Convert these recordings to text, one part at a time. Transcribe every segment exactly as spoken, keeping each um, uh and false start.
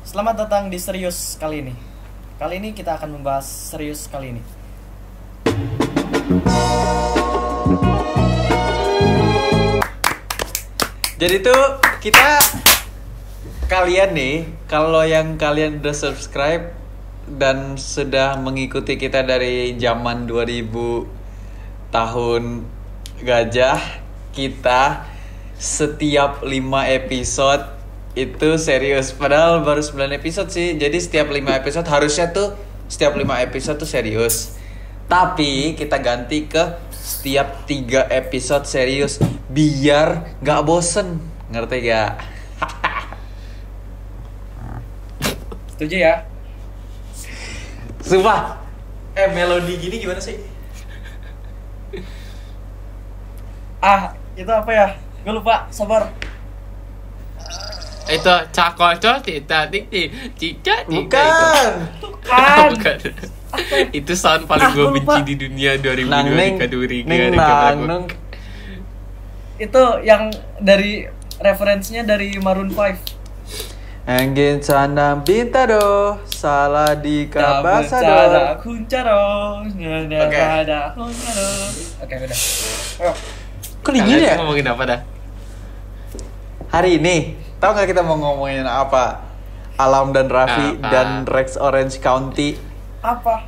Selamat datang di Serius kali ini. Kali ini kita akan membahas serius kali ini. Jadi tuh kita kalian nih, kalau yang kalian udah subscribe dan sudah mengikuti kita dari zaman dua ribu tahun gajah, kita setiap lima episode itu serius. Padahal baru sembilan episode sih. Jadi setiap lima episode harusnya tuh setiap lima episode tuh serius. Tapi kita ganti ke setiap tiga episode serius biar gak bosen. Ngerti gak? Setuju ya? Sumpah. Eh melodi gini gimana sih? Ah, itu apa ya? Gue lupa, sabar. Itu cakocol tidak titi cicak Bukan. Bukan. bukan itu sound paling Ah, gue gua benci lupa. di dunia dua ribu Nang dua neng puluh tiga neng nang. Itu yang dari referensinya dari Maroon five. Angin canang bintaro salah di kabasa Tabacada kuncaro. Oke. Ada kuncaro. Oke, udah. Ayo. Kok dingin ya? Kalian ngomongin apa dah? Hari ini tahu nggak kita mau ngomongin apa? Alam dan Raffi Apa? dan Rex Orange County. Apa?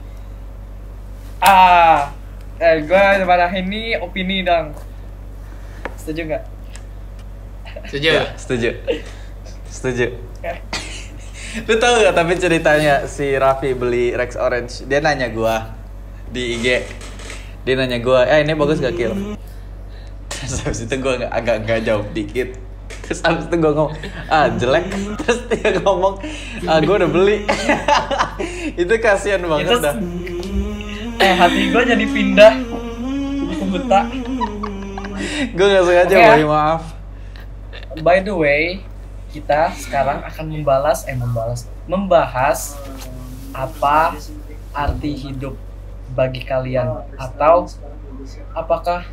Ah, eh gue marahin ini opini dong. Setuju nggak? Setuju? Ya, setuju. Setuju. Lu tahu gak tapi ceritanya si Raffi beli Rex Orange, dia nanya gua di I G. Dia nanya gua, "Eh, ini bagus gak, Kil?" Terus habis itu gua agak agak nggak jawab dikit. Terus habis itu gua ngomong, "Ah, jelek." Terus dia ngomong, "Ah, gua udah beli." Itu kasihan banget Itu- dah. Eh, hati gue jadi pindah ke buta. Gua enggak sengaja, Oke ya. boy, maaf. By the way, kita sekarang akan membalas, eh membalas, membahas apa arti hidup bagi kalian, atau apakah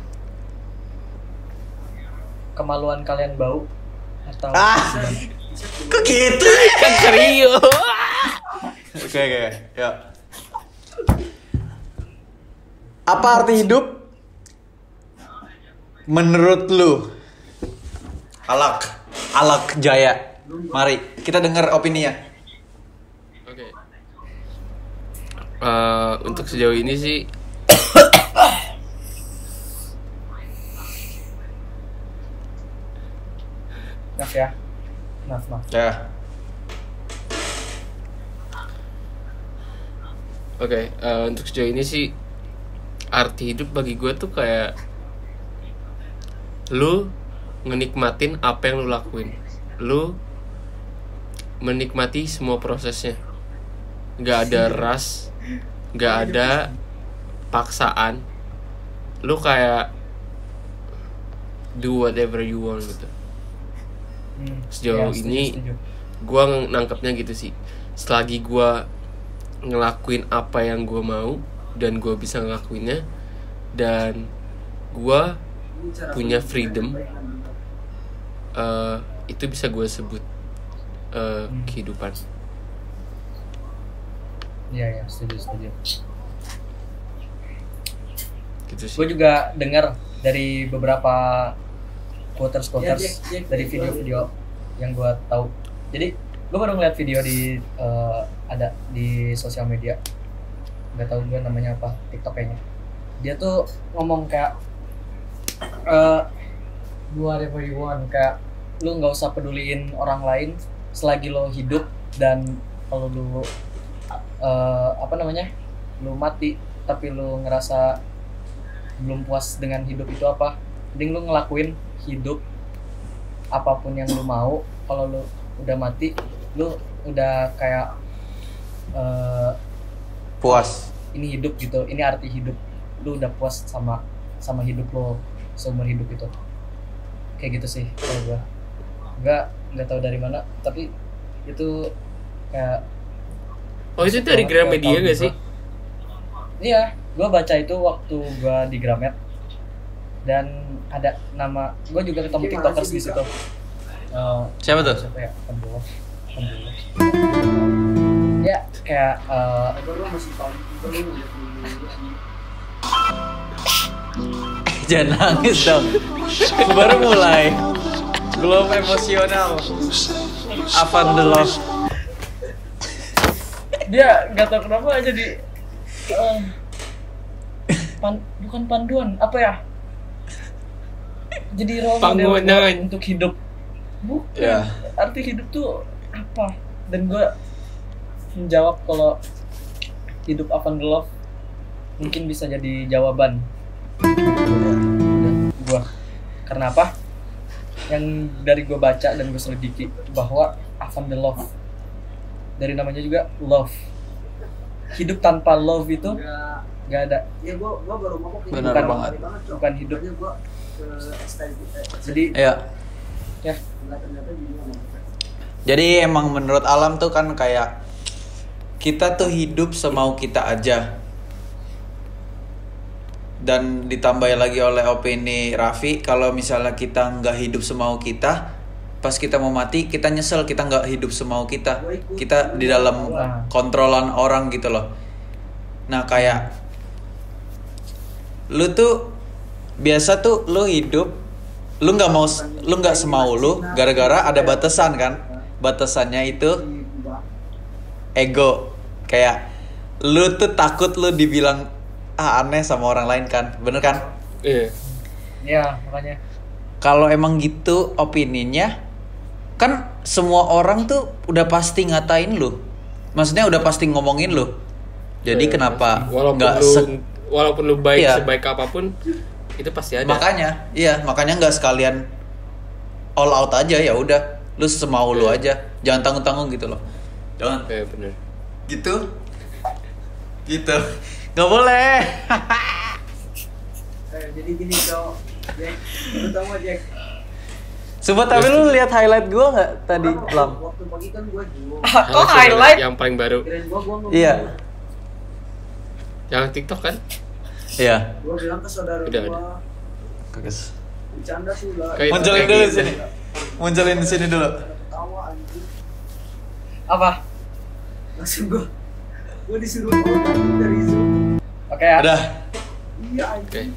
kemaluan kalian bau atau Ah, kok gitu? Kan serius. Oke, oke, ya. Apa arti hidup menurut lu? Alak, Alak Jaya. Mari kita dengar opininya. Oke. Eh, untuk sejauh ini sih maaf ya, maaf maaf. Ya. Oke, eh, untuk sejauh ini sih arti hidup bagi gue tuh kayak lu ngenikmatin apa yang lu lakuin, lu menikmati semua prosesnya, nggak ada rush, nggak ada paksaan, lu kayak do whatever you want gitu. Hmm, Sejauh ya, setuju, ini setuju. gue nangkepnya gitu sih, selagi gue ngelakuin apa yang gue mau dan gue bisa ngelakuinnya dan gue punya freedom, uh, itu bisa gue sebut uh, kehidupan. Iya ya, setuju setuju. Gitu sih. Gue juga dengar dari beberapa quotes quotes dari video-video yang gue tahu. Jadi gue baru ngeliat video di uh, ada di sosial media, nggak tahu gue namanya apa, TikTok kayaknya. Dia tuh ngomong kayak uh, do whatever you want, kayak lu nggak usah peduliin orang lain selagi lo hidup, dan kalau lu uh, apa namanya lu mati tapi lu ngerasa belum puas dengan hidup itu apa, mending lu ngelakuin hidup apapun yang lu mau. Kalau lu udah mati, lu udah kayak uh, Puas. ini hidup gitu, ini arti hidup, lu udah puas sama sama hidup lo seumur hidup itu. Kayak gitu sih kalau gua. Nggak nggak tahu dari mana, tapi itu kayak Oh itu dari Gramedia gak sih? Iya, gue baca itu waktu gue di Gramet, dan ada nama gue juga ketemu tiktokers di situ. Uh, Siapa tuh? Siapa ya? Aduh. Alhamdulillah. Ya kayak uh, Jangan nangis dong. Baru mulai. Belum emosional. Avan the love. Dia nggak tahu kenapa jadi uh, pan, bukan panduan apa ya? Jadi role model gua untuk hidup. Bukan. Ya. Arti hidup tuh apa? Dan gue menjawab kalau hidup Avan the love mungkin bisa jadi jawaban. Gue karena apa? Yang dari gue baca dan gue selidiki bahwa Avan the love dari namanya juga love. Hidup tanpa love itu nggak ada. Ya gua gua baru ngomong Benar bukan, banget. Bukan hidup. Gua ke style Jadi Ya. ya Jadi emang menurut alam tuh kan kayak kita tuh hidup semau kita aja. Dan ditambah lagi oleh opini Raffi, kalau misalnya kita nggak hidup semau kita, pas kita mau mati kita nyesel kita nggak hidup semau kita. Kita di dalam kontrolan orang gitu loh. Nah kayak lu tuh biasa tuh lu hidup, lu nggak mau, lu nggak semau lu, gara-gara ada batasan kan. Batasannya itu ego. Kayak lu tuh takut lu dibilang ah aneh sama orang lain kan, bener kan? Iya. ya makanya Kalau emang gitu opininya, kan semua orang tuh udah pasti ngatain lu. Maksudnya udah pasti ngomongin lu. Jadi Eh, kenapa walaupun nggak lu se- walaupun lu baik Iya. sebaik apapun itu pasti ada. makanya, iya makanya nggak sekalian all out aja, ya udah lu semau lu Iya. aja, jangan tanggung-tanggung gitu loh. Jangan Eh bener. gitu, gitu, nggak boleh. eh, jadi gini cowok Jack, lu tau gak Jack? Coba tapi lu lihat highlight gua nggak tadi, Waktu- Lam? Waktu pagi kan gua jual. kok Harus highlight yang paling baru. Kirain gua gua ngomong. Iya. Yang TikTok kan? Iya. Gua bilang ke saudara Udah, gua, udah. Bagus. bercanda sudah. Kayak- Munculin kayak dulu gitu. sini. Munculin di sini dulu. Ketawa anjing. apa? Langsung gua gua disuruh out dari Zoom. Oke ya. Udah. Iya Oke. anjing.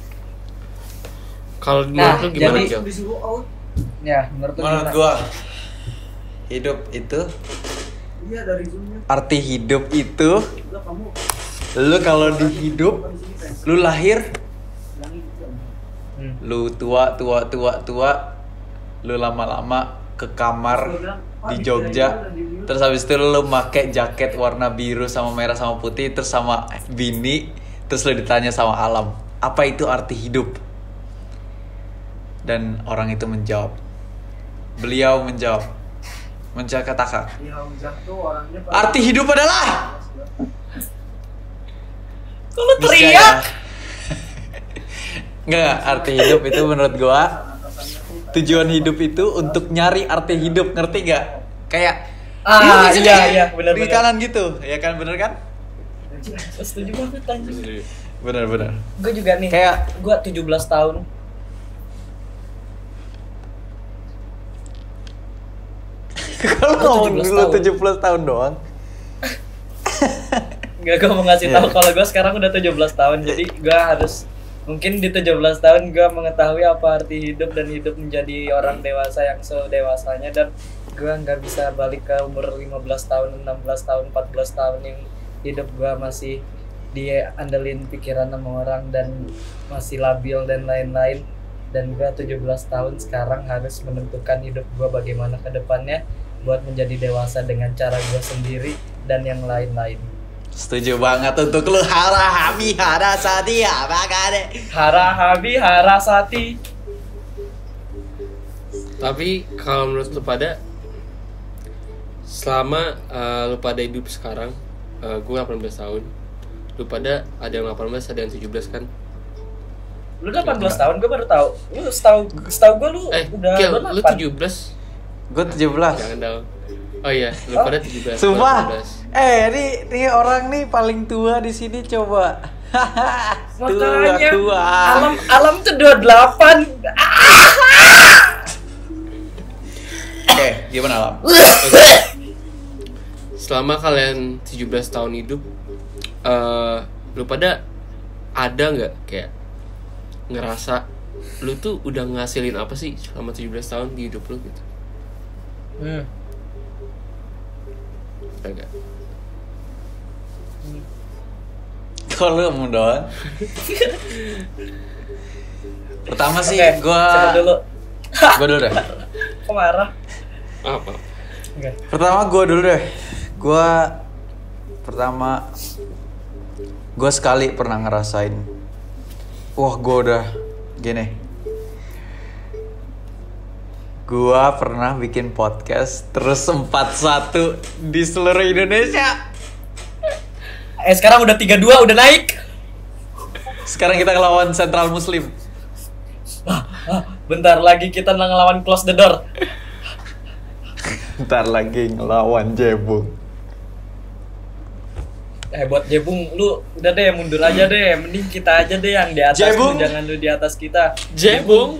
Kalau Nah, menurut lu gimana, jadi- Jo? Disuruh out. Ya menurut lu Menurut gimana? gua hidup itu, Iya dari Zoomnya. arti hidup itu, Udah kamu lu kalau di hidup, di sini fans. lu lahir, Bilangin gitu. Hmm. lu tua tua tua tua, lu lama-lama ke kamar Terus gua bilang, "Pak, di dikirain Jogja, gua udah di mute." terus habis itu lu make jaket warna biru sama merah sama putih, terus sama bini, terus lu ditanya sama alam, apa itu arti hidup? Dan orang itu menjawab, beliau menjawab, mencakatakan, Di Hamzah tuh orangnya paling- arti hidup adalah Kok lu niscaya. teriak? Enggak, arti hidup itu menurut gua, tujuan hidup itu untuk nyari arti hidup, ngerti gak? Kayak Ah di- iya iya benar di benar. kanan gitu, ya kan, bener kan? Setuju banget anjing. Bener bener. Gue juga nih. Kayak- gue tujuh belas tahun. Kalau Gua ngomong tujuh belas dulu tahun. tujuh belas tahun doang. Gak, gue mau ngasih tahu Iya. kalau gue sekarang udah tujuh belas tahun. Jadi gue harus mungkin di tujuh belas tahun gue mengetahui apa arti hidup dan hidup menjadi orang dewasa yang sedewasanya, dan gue nggak bisa balik ke umur lima belas tahun, enam belas tahun, empat belas tahun yang hidup gue masih diandelin pikiran sama orang dan masih labil dan lain-lain. Dan gue tujuh belas tahun sekarang harus menentukan hidup gue bagaimana ke depannya buat menjadi dewasa dengan cara gue sendiri dan yang lain-lain. Setuju banget untuk lu. Hara Hami Hara Sadia Bagade. Hara Habi Hara Sati. Tapi kalau menurut lu pada, selama uh, lu pada hidup sekarang, uh, gue delapan belas tahun, lu pada ada yang delapan belas, ada yang tujuh belas kan? Lu delapan belas tahun, gue baru tahu. Lu setahu setahu gue lu Eh, udah Gil, lu delapan. tujuh belas? Gue tujuh belas. Jangan tahu. Oh iya, lu Oh. pada tujuh belas. Sumpah. delapan belas. Eh, nih nih orang nih paling tua di sini coba. tua Makanya tua. alam alam tuh dua puluh delapan. Oke, gimana Lam? Oke. selama kalian tujuh belas tahun hidup, uh, lu pada ada nggak kayak ngerasa lu tuh udah ngasilin apa sih selama tujuh belas tahun di hidup lu gitu? Hmm. Ada nggak? Kok lu mau doang? Pertama sih Oke, gua siapa dulu? gua dulu deh. Kok marah? Apa? Enggak. Pertama gua dulu deh. Gua pertama gua sekali pernah ngerasain. Wah, gua udah gini. Gua pernah bikin podcast terus empat satu di seluruh Indonesia. Eh sekarang udah tiga dua, udah naik. Sekarang kita ngelawan Sentral Muslim. Ah, bentar lagi kita ngelawan Close the Door. Ntar lagi ngelawan Jebung. Eh buat Jebung lu udah deh mundur aja deh, mending kita aja deh yang di atas, Jebung. lu, jangan lu di atas kita. Jebung.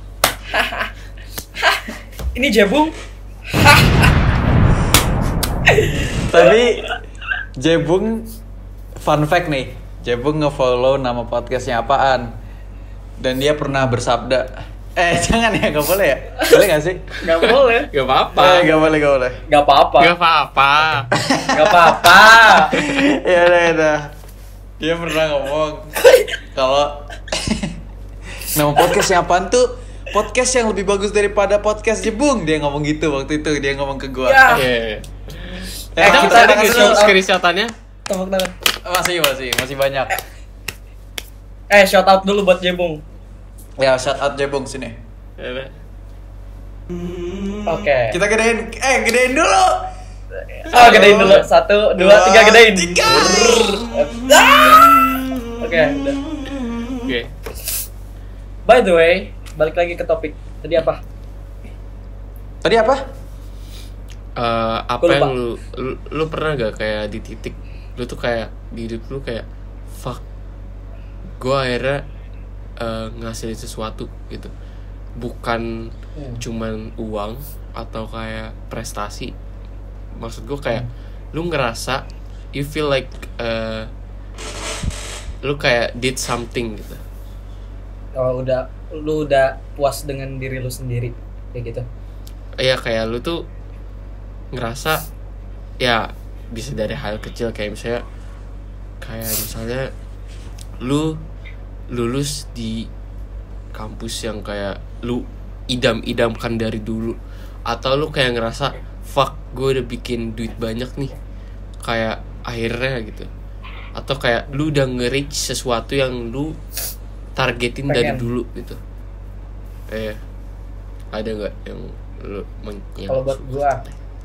Ini Jebung. Tapi Jebung, fun fact nih, Jebung nge-follow nama podcastnya apaan. Dan dia pernah bersabda, eh jangan ya, gak boleh ya? Boleh gak sih? Gak boleh. Gak apa-apa. Eh gak boleh, gak boleh. Gak apa-apa. Gak apa-apa. Gak apa-apa. Ya udah, ya udah. Dia pernah ngomong kalau nama podcastnya apaan tuh? Podcast yang lebih bagus daripada podcast Jebung. Dia ngomong gitu waktu itu, dia ngomong ke gua. Ya. Iya. Eh, Ada kita ada tangan dulu. screen- screenshotannya? Tepuk tangan. Masih, masih, masih banyak. Eh shout out dulu buat Jebung. Ya, shout out Jebung sini. Ada. Oke. Kita gedein, eh gedein dulu. Oh gedein dulu. Satu, dua, tiga gedein. Tiga. Ah! Oke, udah. Oke. By the way, balik lagi ke topik. Tadi apa? Tadi apa? Eh, apa Gua lupa. yang lu, lu lu pernah gak kayak di titik lu tuh kayak di hidup lu kayak fuck, gue akhirnya eh, ngasilin sesuatu gitu, bukan Hmm. cuman uang atau kayak prestasi. Maksud gue kayak lu ngerasa you feel like eh, lu kayak did something gitu. Oh udah, lu udah puas dengan diri lu sendiri kayak gitu. Iya, kayak lu tuh ngerasa ya bisa dari hal kecil, kayak misalnya kayak misalnya lu lulus di kampus yang kayak lu idam-idamkan dari dulu, atau lu kayak ngerasa fuck gue udah bikin duit banyak nih kayak akhirnya gitu, atau kayak lu udah nge-reach sesuatu yang lu targetin dari Pengen. dulu gitu. Eh ada nggak yang lu men- yang Kalau buat gua,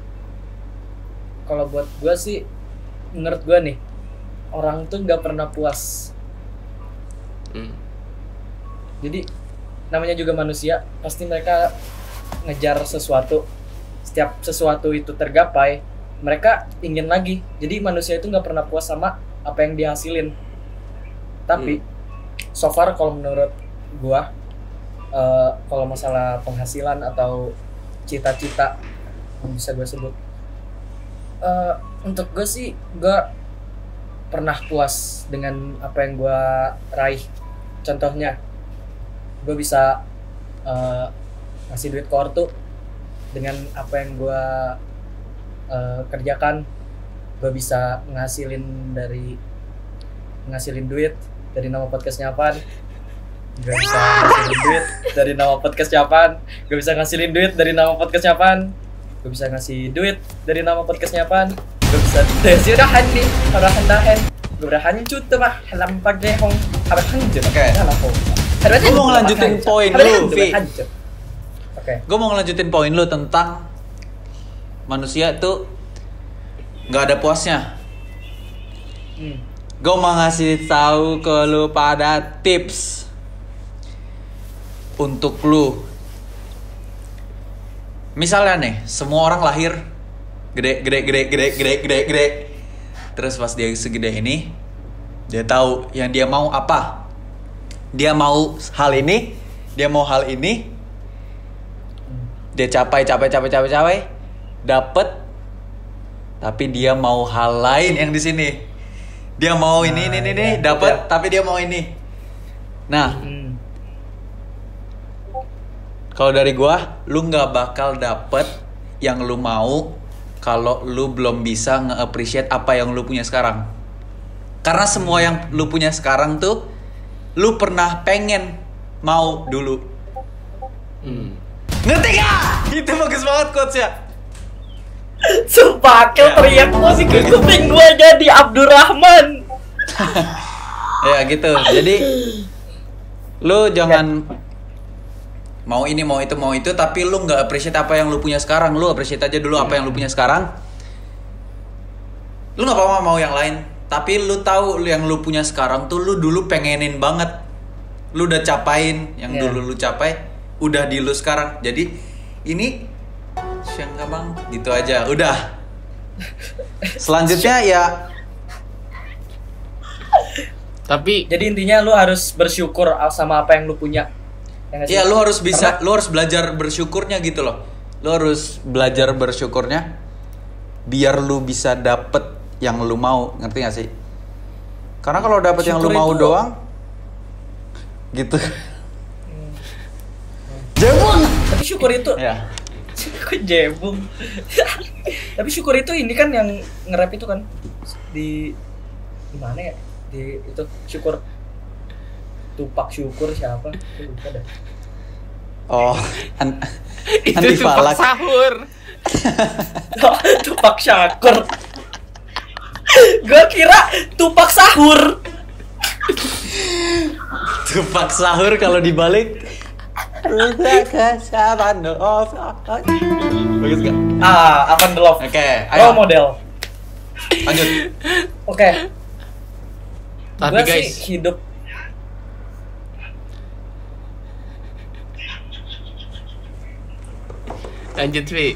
kalau buat gua sih, menurut gua nih, orang tuh nggak pernah puas. Hmm. Jadi namanya juga manusia, pasti mereka ngejar sesuatu. Setiap sesuatu itu tergapai, mereka ingin lagi. Jadi manusia itu nggak pernah puas sama apa yang dihasilin. Tapi so far kalau menurut gua, eh, kalau masalah penghasilan atau cita-cita yang bisa gue sebut, eh, untuk gue sih gue pernah puas dengan apa yang gue raih. Contohnya gue bisa eh, ngasih duit ke ortu dengan apa yang gue eh, kerjakan. Gue bisa ngasilin dari ngasilin duit dari nama podcastnya apaan. Gue bisa ngasilin duit dari nama podcastnya apaan. Gue bisa ngasilin duit dari nama podcastnya apaan. Gue bisa ngasih duit dari nama podcastnya apaan. Gue bisa dari udah nih orang hendahen. Gue udah hancur tuh mah lampak dehong. Habis hancur. Oke. Gue Gua mau ngelanjutin poin lu, Vi. Oke. Gue mau ngelanjutin poin lu tentang manusia tuh nggak ada puasnya. Hmm. Gue mau ngasih tahu ke lu pada tips untuk lu. Misalnya nih, semua orang lahir gede, gede, gede, gede, gede, gede, gede. Terus pas dia segede ini, dia tahu yang dia mau apa. Dia mau hal ini, dia mau hal ini. Dia capai, capai, capai, capai, capai, dapet. tapi dia mau hal lain yang di sini. Dia mau ini Nah, ini ini, iya, nih iya. dapat tapi dia mau ini. Nah, Hmm. kalau dari gua, lu nggak bakal dapet yang lu mau kalau lu belum bisa nge-appreciate apa yang lu punya sekarang. Karena semua yang lu punya sekarang tuh lu pernah pengen mau dulu. Hmm. Ngerti gak? Itu bagus banget quotes-nya. Sumpah, Akel Ya. teriak musik ke kuping gue jadi Abdurrahman. Ya gitu. Jadi lu jangan mau ini mau itu mau itu tapi lu nggak appreciate apa yang lu punya sekarang. Lu appreciate aja dulu apa yang lu punya sekarang. Lu nggak apa-apa mau yang lain, tapi lu tahu yang lu punya sekarang tuh lu dulu pengenin banget. Lu udah capain yang Yeah. dulu lu capai, udah di lu sekarang. Jadi ini siang bang gitu aja udah. Selanjutnya ya Tapi Jadi intinya lu harus bersyukur sama apa yang lu punya. Ya nggak sih? iya, lu harus bisa, Karena- lu harus belajar bersyukurnya gitu loh. Lu harus belajar bersyukurnya biar lu bisa dapet yang lu mau, ngerti gak sih? Karena kalau dapet yang lu Syukur mau itu- doang, gitu. Jebung. Tapi syukur itu Ya. Kok jebung. Tapi syukur itu ini kan yang nge-rap itu kan di di mana ya? Di itu syukur Tupak Syukur siapa? Aku lupa dah. Oh, an itu Andi tuh Falak. sahur. Tupak Syakur. Gua kira Tupak Sahur. Tupak sahur kalau dibalik. Bagus gak? Ah, Avan the Love. Oke, Role ayo model. lanjut. Oke. Tapi Gua guys, sih hidup lanjut Vi.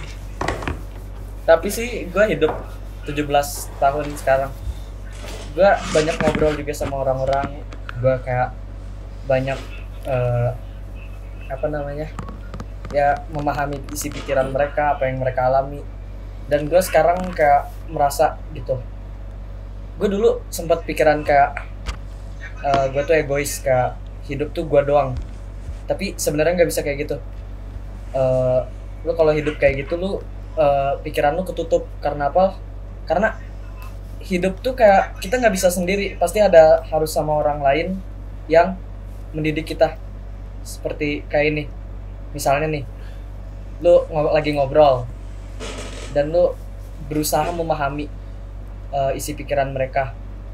Tapi sih gue hidup tujuh belas tahun sekarang. Gue banyak ngobrol juga sama orang-orang. Gue kayak banyak eh, apa namanya, ya memahami isi pikiran mereka, apa yang mereka alami. Dan gue sekarang kayak merasa gitu, gue dulu sempat pikiran kayak eh, gue tuh egois, kayak hidup tuh gue doang. Tapi sebenarnya nggak bisa kayak gitu. Eh, lu kalau hidup kayak gitu lu eh, pikiran lu ketutup. Karena apa? Karena hidup tuh kayak kita nggak bisa sendiri, pasti ada harus sama orang lain yang mendidik kita. Seperti kayak ini, misalnya nih, lu ngo- lagi ngobrol dan lu berusaha memahami eh, isi pikiran mereka,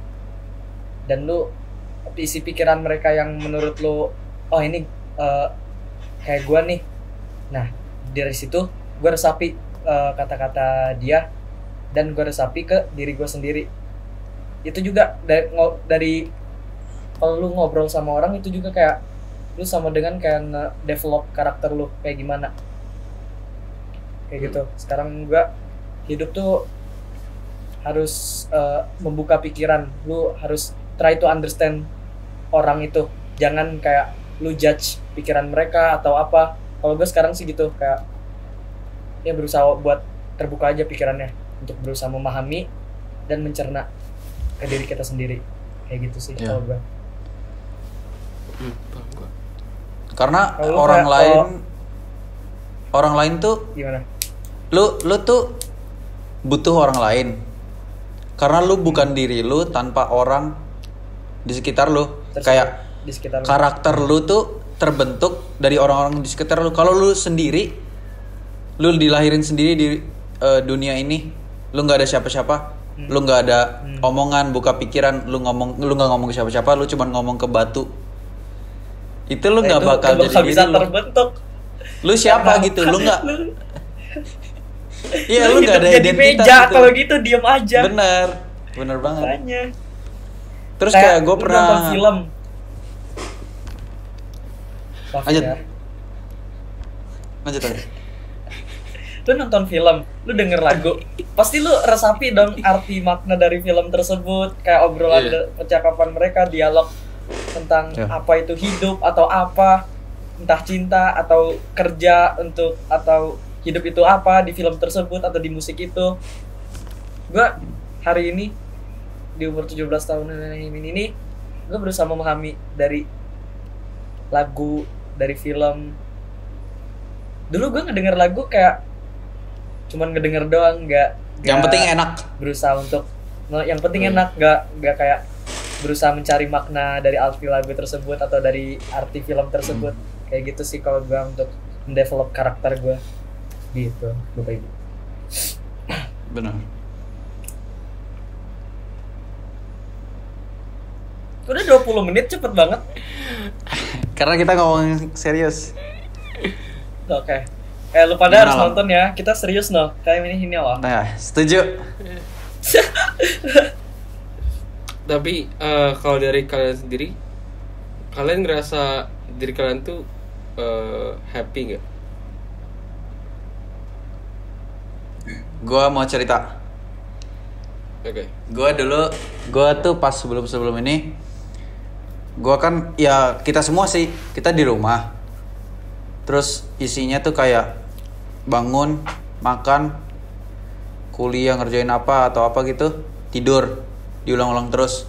dan lu isi pikiran mereka yang menurut lu, oh ini eh, kayak gua nih. Nah, dari situ gue resapi uh, kata-kata dia, dan gue resapi ke diri gue sendiri. Itu juga dari, ngo- dari kalau lu ngobrol sama orang itu juga kayak lu sama dengan kayak nge-develop karakter lu kayak gimana. Kayak gitu. Sekarang gue hidup tuh harus uh, membuka pikiran. Lu harus try to understand orang itu. Jangan kayak lu judge pikiran mereka atau apa. Kalau gue sekarang sih gitu, kayak ya berusaha buat terbuka aja pikirannya untuk berusaha memahami dan mencerna ke diri kita sendiri. Kayak gitu sih Ya. kalau gue. Hmm, paham gua. Karena Kalau lu orang kayak- lain kalau- orang lain tuh Gimana? lu lu tuh butuh orang lain. Karena lu bukan diri lu tanpa orang di sekitar lu. Terus Kayak di sekitar lu. karakter lu tuh terbentuk dari orang-orang di sekitar lu. Kalau lu sendiri, lu dilahirin sendiri di eh, dunia ini, lu nggak ada siapa-siapa, Hmm. lu nggak ada Hmm. omongan, buka pikiran, lu ngomong, lu nggak ngomong ke siapa-siapa, lu cuma ngomong ke batu. Itu lu Nah, nggak itu bakal nggak jadi bakal diri bisa lu. terbentuk. Lu siapa Karena- gitu, lu nggak, Lu- iya lu nggak hidup ada jadi identitas meja, gitu. kalau gitu diem aja. Bener, bener banget. Makanya. Terus kayak gue lu pernah nonton film. Maaf Lanjut. ya. lanjut aja. Lu nonton film, lu denger lagu, pasti lu resapi dong arti makna dari film tersebut, kayak obrolan, Iya. percakapan mereka, dialog tentang Iya. apa itu hidup atau apa, entah cinta atau kerja untuk atau hidup itu apa di film tersebut atau di musik itu. gue hari ini di umur tujuh belas tahun ini ini gue berusaha memahami dari lagu, dari film. Dulu gue ngedenger lagu kayak cuman ngedenger doang, nggak Yang penting enak. berusaha untuk yang penting enak, nggak nggak kayak berusaha mencari makna dari arti lagu tersebut atau dari arti film tersebut. Hmm. Kayak gitu sih kalau gue untuk mendevelop karakter gue gitu. Gue kayak gitu. Benar. Udah dua puluh menit, cepet banget. Karena kita ngomong serius. Oke. Okay. Eh lu pada Gimana harus lo? nonton ya. Kita serius no. Kayak ini ini loh. Nah, setuju. Tapi uh, kalau dari kalian sendiri, kalian ngerasa diri kalian tuh uh, happy nggak? Gua mau cerita. Oke. Okay. Gua dulu, gua tuh pas sebelum-sebelum ini, gua kan ya kita semua sih, kita di rumah. Terus isinya tuh kayak bangun, makan, kuliah ngerjain apa atau apa gitu, tidur, diulang-ulang terus.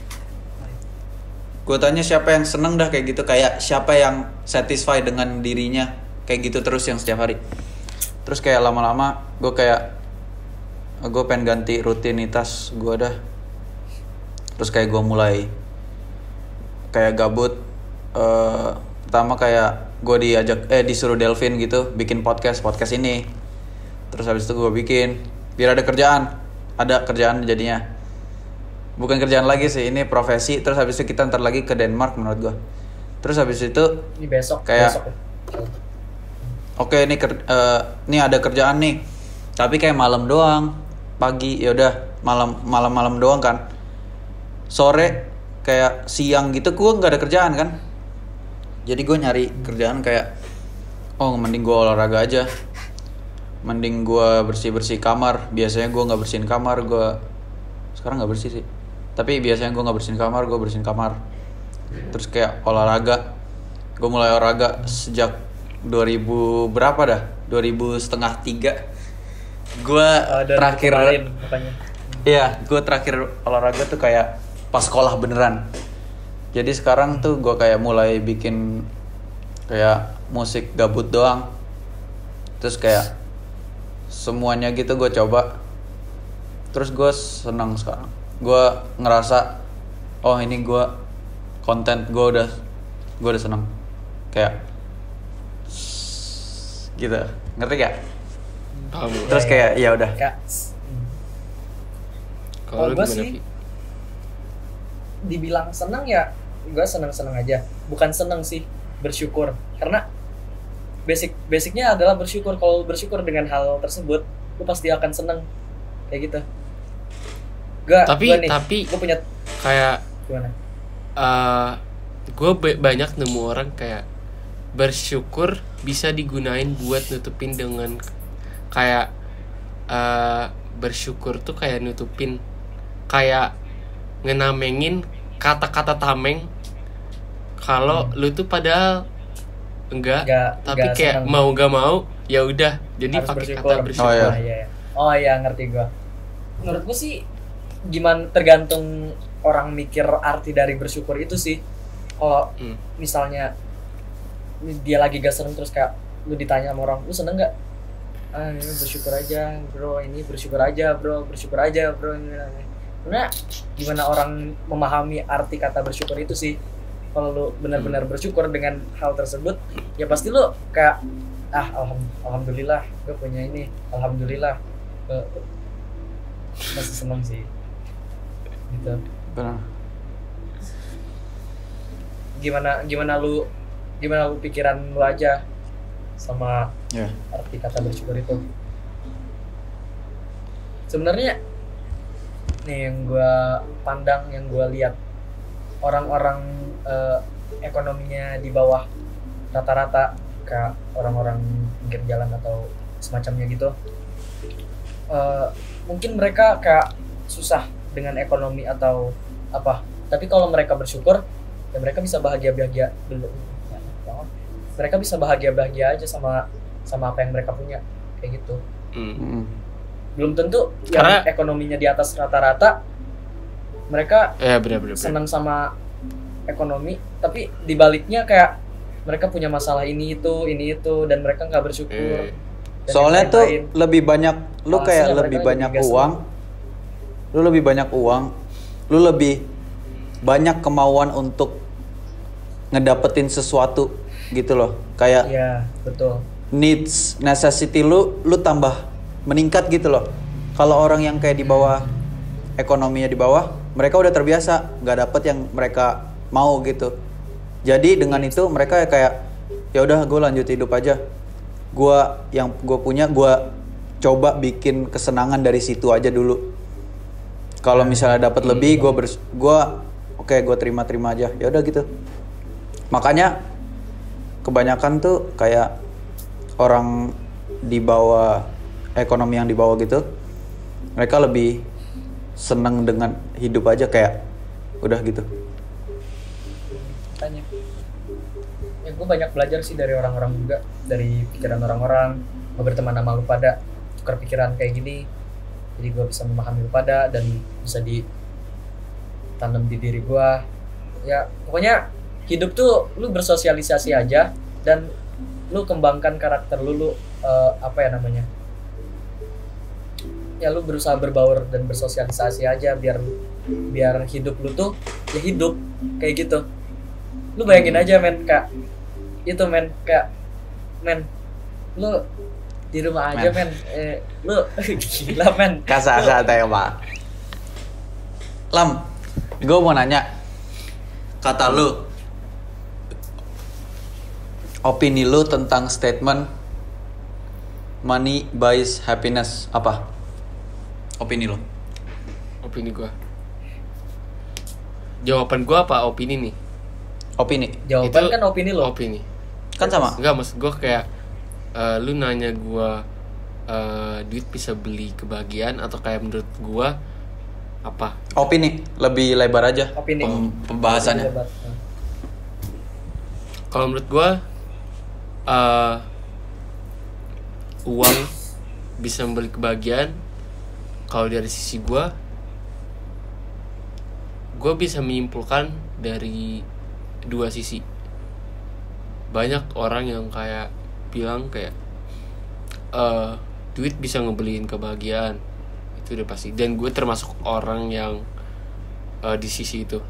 Gue tanya siapa yang seneng dah kayak gitu, kayak siapa yang satisfied dengan dirinya kayak gitu terus yang setiap hari. Terus kayak lama-lama gue kayak gue pengen ganti rutinitas gue dah. Terus kayak gue mulai kayak gabut. Uh, pertama kayak gue diajak eh disuruh Delvin gitu bikin podcast podcast ini. Terus habis itu gue bikin biar ada kerjaan, ada kerjaan jadinya. Bukan kerjaan lagi sih, ini profesi. Terus habis itu kita ntar lagi ke Denmark menurut gue. Terus habis itu ini besok kayak besok ya. Oke, ini ker, uh, ini ada kerjaan nih. Tapi kayak malam doang. Pagi ya udah malam malam-malam doang kan. Sore kayak siang gitu gue nggak ada kerjaan kan. Jadi gue nyari kerjaan kayak oh mending gue olahraga aja. Mending gue bersih-bersih kamar. Biasanya gue nggak bersihin kamar, gue sekarang nggak bersih sih. Tapi biasanya gue nggak bersihin kamar, gue bersihin kamar. Terus kayak olahraga. Gue mulai olahraga sejak dua ribu berapa dah? dua ribu setengah tiga. Gue Oh, dari terakhir kemarin, makanya. Iya, gue terakhir olahraga tuh kayak pas sekolah beneran. Jadi sekarang tuh gue kayak mulai bikin kayak musik gabut doang. Terus kayak semuanya gitu gue coba. Terus gue senang sekarang. Gue ngerasa oh ini gue konten gue udah gue udah senang. Kayak gitu, ngerti gak? Paham. Terus kayak ya udah. Kayak Kalau lu gue gimana, sih Pi? dibilang senang ya, gue senang-senang aja. Bukan senang sih, bersyukur. Karena basic basicnya adalah bersyukur. Kalau bersyukur dengan hal tersebut, lu pasti akan senang kayak gitu. Gua, Tapi gua nih, tapi gue punya kayak gimana? uh, gue ba- banyak nemu orang kayak bersyukur bisa digunain buat nutupin dengan kayak uh, bersyukur tuh kayak nutupin kayak ngenamengin kata-kata tameng kalau hmm. lu tuh padahal enggak, Nggak, tapi nggak kayak senang. mau gak mau ya udah jadi Harus pakai bersyukur. kata bersyukur. Oh, iya. Oh iya, iya. Oh iya, ngerti gue. Menurut gue sih gimana tergantung orang mikir arti dari bersyukur itu sih. Kalau Hmm. misalnya dia lagi gak seneng terus kayak lu ditanya sama orang, lu seneng gak? Ah ini bersyukur aja bro, ini bersyukur aja bro, bersyukur aja bro. Karena gimana orang memahami arti kata bersyukur itu sih. Kalau lu benar-benar bersyukur dengan hal tersebut, ya pasti lu kayak ah alham- alhamdulillah gue punya ini, alhamdulillah uh, masih seneng sih gitu. Benar. Gimana gimana lu gimana lu pikiran lu aja sama Ya. arti kata bersyukur itu. Sebenarnya nih yang gue pandang, yang gue lihat orang-orang eh, ekonominya di bawah rata-rata, kayak orang-orang pinggir jalan atau semacamnya gitu, eh, mungkin mereka kayak susah dengan ekonomi atau apa, tapi kalau mereka bersyukur ya mereka bisa bahagia-bahagia dulu. Mereka bisa bahagia-bahagia aja sama sama apa yang mereka punya kayak gitu. Hmm. Mm. belum tentu Karena- yang ekonominya di atas rata-rata mereka Ya benar-benar. senang sama ekonomi, tapi dibaliknya kayak mereka punya masalah ini itu ini itu dan mereka nggak bersyukur. Eh. Dan Soalnya yang tuh lain-lain. lebih banyak lu Hasilnya kayak mereka lebih jadi banyak nggak uang. Lu lebih banyak uang. Lu lebih banyak kemauan untuk ngedapetin sesuatu gitu loh. Kayak Iya betul. needs, necessity lu lu tambah meningkat gitu loh. Kalau orang yang kayak di bawah, ekonominya di bawah, mereka udah terbiasa nggak dapet yang mereka mau gitu. Jadi dengan itu mereka kayak ya udah gue lanjut hidup aja. Gua yang gue punya gue coba bikin kesenangan dari situ aja dulu. Kalau misalnya dapat lebih gue bers gua oke gue terima-terima aja. Ya udah gitu. Makanya kebanyakan tuh kayak orang di bawah ekonomi yang di bawah gitu, mereka lebih seneng dengan hidup aja kayak udah gitu. Tanya. Ya gue banyak belajar sih dari orang-orang juga, dari pikiran orang-orang, mau berteman sama lu pada tukar pikiran kayak gini, jadi gue bisa memahami lu pada dan bisa ditanam di diri gue. Ya pokoknya hidup tuh lu bersosialisasi aja dan lu kembangkan karakter lu, lu uh, apa ya namanya, ya lu berusaha berbaur dan bersosialisasi aja biar biar hidup lu tuh ya hidup kayak gitu. Lu bayangin aja men, kak itu men, kayak men lu di rumah aja men, Men. eh, lu gila men. Kasa-kasa ya pak. Lam, gue mau nanya, kata lu, opini lu tentang statement money buys happiness apa? Opini lu? Opini gua. Jawaban gua apa opini nih? Opini? Jawaban Itu kan opini lo. Opini. Kan sama? Enggak, maksud gua kayak eh, lu nanya gua eh, duit bisa beli kebahagiaan atau kayak menurut gua apa? Opini, lebih lebar aja Opini. pem- pembahasannya. Lebar. Nah. Kalau menurut gua eh, uang bisa membeli kebahagiaan. Kalau dari sisi gua, gua bisa menyimpulkan dari dua sisi. Banyak orang yang kayak bilang kayak eh duit bisa ngebeliin kebahagiaan, itu udah pasti. Dan gue termasuk orang yang eh, di sisi itu.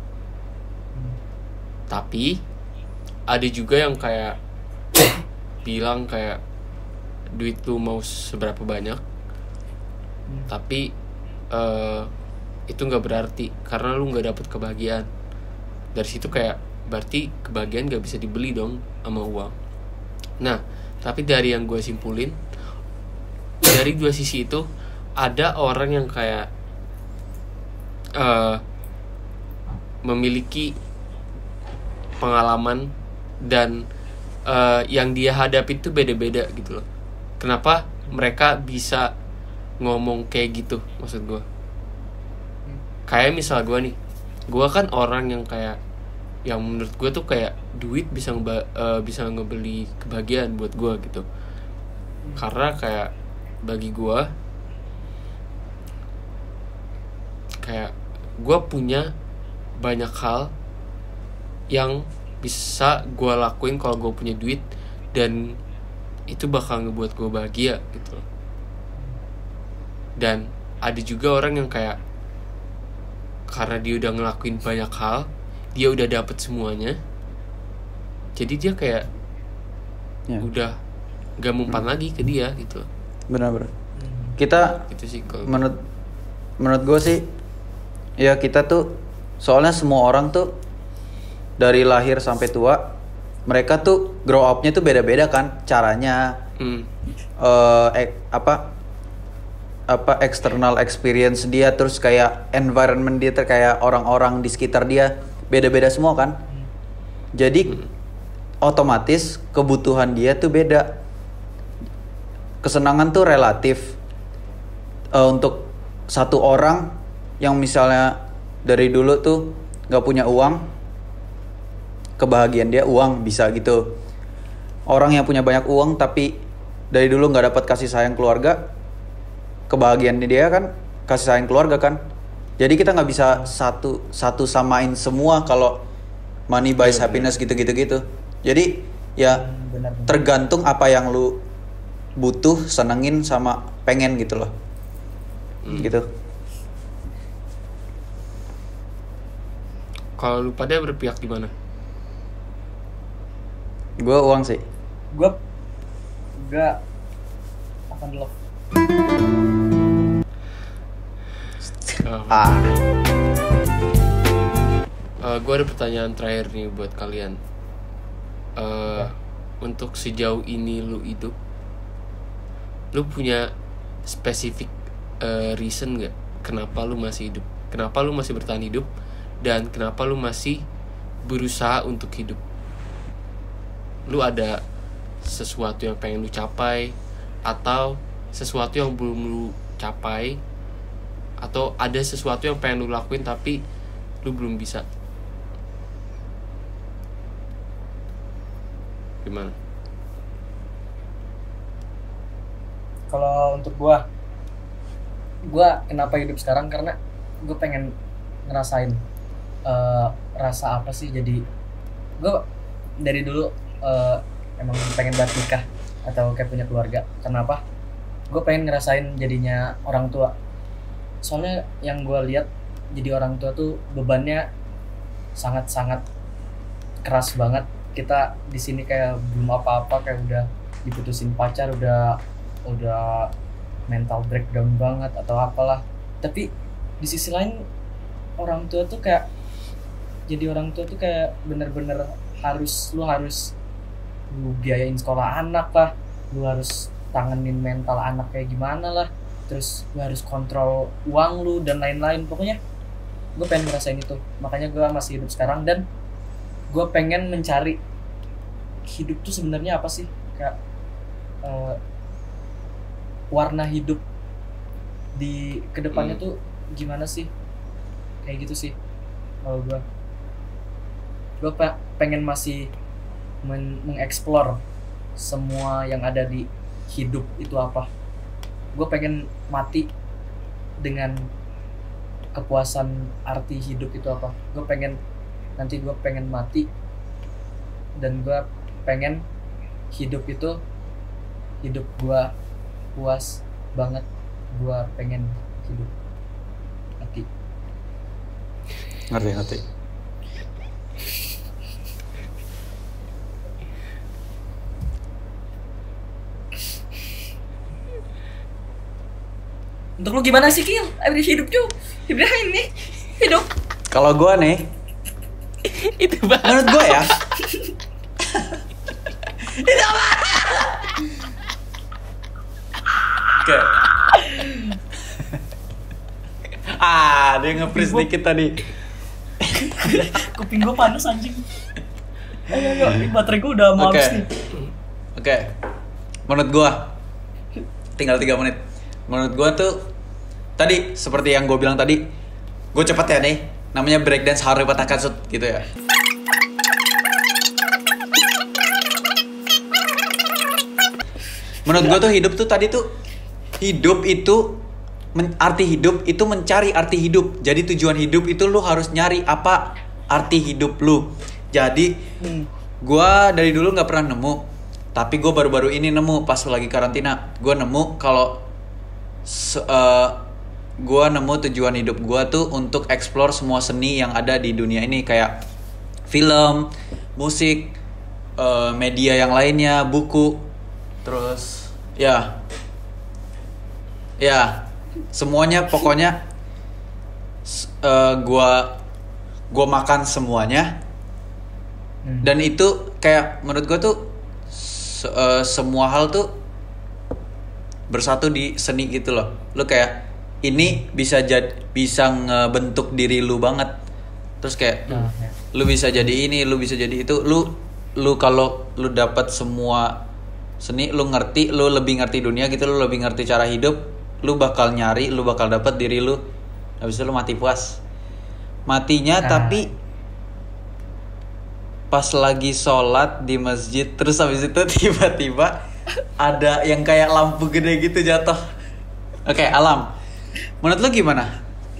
Tapi ada juga yang kayak bilang kayak duit lu mau seberapa banyak, tapi eh, itu nggak berarti karena lu nggak dapet kebahagiaan. Dari situ kayak berarti kebahagiaan nggak bisa dibeli dong sama uang. Nah, tapi dari yang gue simpulin, dari dua sisi itu ada orang yang kayak eh, memiliki pengalaman dan uh, yang dia hadapi tuh beda-beda gitu loh. Kenapa mereka bisa ngomong kayak gitu, maksud gue? Kayak misal gue nih, gue kan orang yang kayak yang menurut gue tuh kayak duit bisa ngeba, uh, bisa ngebeli kebahagiaan buat gue gitu. Karena kayak bagi gue kayak gue punya banyak hal yang bisa gue lakuin kalau gue punya duit dan itu bakal ngebuat gue bahagia gitu loh. Dan ada juga orang yang kayak karena dia udah ngelakuin banyak hal, dia udah dapet semuanya, jadi dia kayak Ya. udah gak mempan hmm. lagi ke dia gitu. Benar-benar. Kita Gitu sih kalau menurut menurut gue sih ya kita tuh soalnya semua orang tuh dari lahir sampai tua mereka tuh grow up-nya tuh beda-beda kan caranya, hmm. eh eh, apa apa external experience dia, terus kayak environment dia, ter kayak orang-orang di sekitar dia beda-beda semua kan. Jadi hmm. otomatis kebutuhan dia tuh beda. Kesenangan tuh relatif. Uh, untuk satu orang yang misalnya dari dulu tuh nggak punya uang, kebahagiaan dia uang bisa gitu. Orang yang punya banyak uang tapi dari dulu nggak dapat kasih sayang keluarga, kebahagiaan dia kan kasih sayang keluarga kan. Jadi kita nggak bisa satu satu samain semua kalau money buys happiness gitu-gitu gitu. Jadi ya Benar, benar. tergantung apa yang lu butuh, senengin sama pengen gitu loh. Hmm. Gitu. Kalau lu pada berpihak gimana? Gue uang sih. Gue gak akan love. Ah. Uh, gue ada pertanyaan terakhir nih buat kalian. Uh, Ya. Untuk sejauh ini lu hidup, lu punya spesifik uh, reason gak kenapa lu masih hidup? Kenapa lu masih bertahan hidup? Dan kenapa lu masih berusaha untuk hidup? Lu ada sesuatu yang pengen lu capai, atau sesuatu yang belum lu capai, atau ada sesuatu yang pengen lu lakuin tapi lu belum bisa? Gimana? Kalau untuk gue, gue kenapa hidup sekarang karena gue pengen ngerasain uh, rasa apa sih jadi gue dari dulu uh, emang pengen banget nikah atau kayak punya keluarga. Kenapa? Gue pengen ngerasain jadinya orang tua. Soalnya yang gue lihat jadi orang tua tuh bebannya sangat-sangat keras banget. Kita di sini kayak belum apa-apa, kayak udah diputusin pacar, udah udah mental breakdown banget atau apalah. Tapi di sisi lain orang tua tuh kayak jadi orang tua tuh kayak bener-bener harus lu harus lu biayain sekolah anak lah, lu harus tanganin mental anak kayak gimana lah, terus lu harus kontrol uang lu dan lain-lain. Pokoknya gue pengen ngerasain itu, makanya gue masih hidup sekarang dan gue pengen mencari hidup tuh sebenarnya apa sih, kayak uh, warna hidup di kedepannya Hmm. tuh gimana sih, kayak gitu sih kalau gue. Gue pe- pengen masih men- mengeksplor semua yang ada di hidup itu apa. Gue pengen mati dengan kepuasan arti hidup itu apa. Gue pengen nanti gue pengen mati dan gue pengen hidup itu hidup gue puas banget. Gue pengen hidup mati. Ngerti ngerti. Untuk lu gimana sih, Kil? Abis hidup tuh Ibrahim nih hidup. Kalau gue nih, Itu banget. menurut gue ya, Oke. Ah, dia nge-freeze dikit tadi. Kuping gue panas anjing. Ayo ayo, ini baterai gue udah mau Oke. habis nih. Oke. Menurut gua tinggal tiga menit. Menurut gua tuh tadi seperti yang gua bilang tadi, gua cepet ya nih. Namanya breakdance Haruhi Takatsu gitu ya. Menurut gua tuh hidup tuh tadi tuh hidup itu men- arti hidup itu mencari arti hidup. Jadi tujuan hidup itu lu harus nyari apa arti hidup lu. Jadi Hmm. gua dari dulu nggak pernah nemu, tapi gue baru-baru ini nemu pas lagi karantina. Gue nemu kalau se- uh, gue nemu tujuan hidup gue tuh untuk explore semua seni yang ada di dunia ini, kayak film, musik, uh, media yang lainnya, buku, terus ya, ya semuanya pokoknya s- uh, gue gue makan semuanya. Hmm. Dan itu kayak menurut gue tuh se- uh, semua hal tuh bersatu di seni gitu loh. Lu kayak ini bisa jad bisa ngebentuk diri lu banget. Terus kayak Nah, ya. lu bisa jadi ini, lu bisa jadi itu. Lu lu kalau lu dapat semua seni, lu ngerti, lu lebih ngerti dunia gitu, lu lebih ngerti cara hidup, lu bakal nyari, lu bakal dapat diri lu. Habis itu lu mati puas. Matinya Nah. tapi pas lagi sholat di masjid, terus habis itu tiba-tiba ada yang kayak lampu gede gitu jatuh. Oke, Alam. Menurut lu gimana?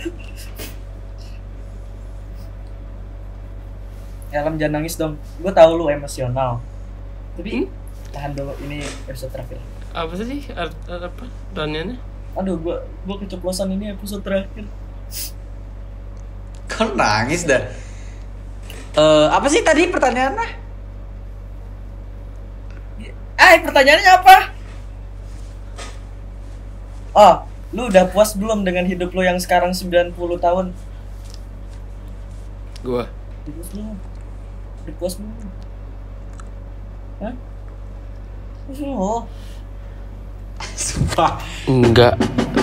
Ya, Alam jangan nangis dong. Gue tahu lu emosional. Tapi Hmm? tahan dulu, ini episode terakhir. Apa sih art, art apa pertanyaannya? Aduh, gue gue keceplosan, ini episode terakhir. Kau nangis dah. Eh, apa sih tadi pertanyaannya? Eh, pertanyaannya apa? Oh, lu udah puas belum dengan hidup lu yang sekarang sembilan puluh tahun? Gua Udah puas belum? Udah puas belum? Hah? Puas belum? Sumpah. enggak